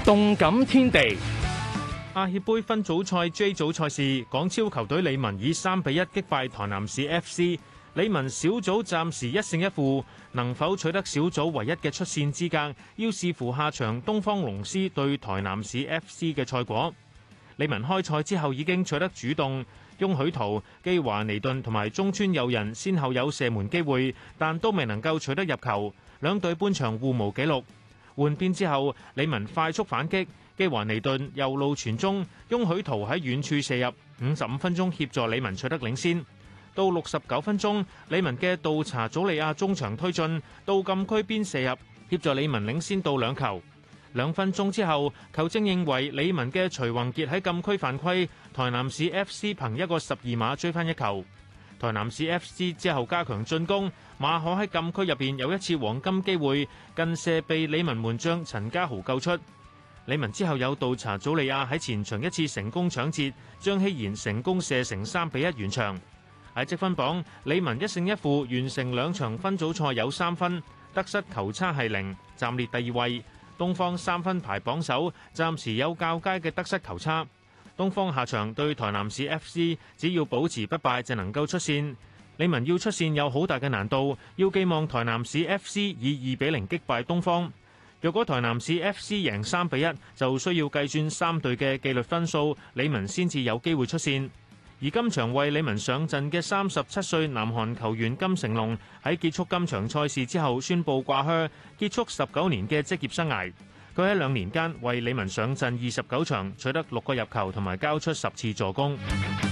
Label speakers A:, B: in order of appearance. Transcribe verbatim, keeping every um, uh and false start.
A: 動感天地。
B: 亞協盃分組賽 J 組賽事，港超球隊理文以三比一擊敗台南市 F C。理文小組暫時一勝一負，能否取得小組唯一嘅出線資格，要視乎下場東方龍獅對台南市 F C 嘅賽果。理文開賽之後已經取得主動，翁許圖、基華尼頓同埋中村佑人先後有射門機會，但都未能夠取得入球。兩隊半場互無紀錄。換邊之後，理文快速反擊，基華尼頓右路傳中，翁許圖喺遠處射入，五十五分鐘協助理文取得領先。到六十九分鐘，理文嘅杜查祖利亞中場推進到禁區邊射入，協助理文領先到兩球。兩分鐘之後，球證認為理文嘅徐宏傑喺禁區犯規，台南市 F C 憑一個十二碼追翻一球。台南市 F C 之後加強進攻，馬可喺禁區入邊有一次黃金機會，近射被理文門將陳家豪救出。理文之後有杜查祖利亞喺前場一次成功搶截，張希賢成功射成三比一完場。喺積分榜，理文一勝一負，完成兩場分組賽有三分，得失球差係零，暫列第二位。東方三分排榜首，暫時有較佳嘅得失球差。東方下場對台南市 F C， 只要保持不敗就能夠出線。理文要出線有好大嘅難度，要寄望台南市 F C 以二比零擊敗東方。若果台南市 F C 贏三比一，就需要計算三隊嘅紀律分數，理文先至有機會出線。而今場為理文上陣嘅三十七歲南韓球員金成龍喺結束今場賽事之後宣布掛靴，結束十九年嘅職業生涯。佢喺兩年間為理文上陣二十九場，取得六個入球同埋交出十次助攻。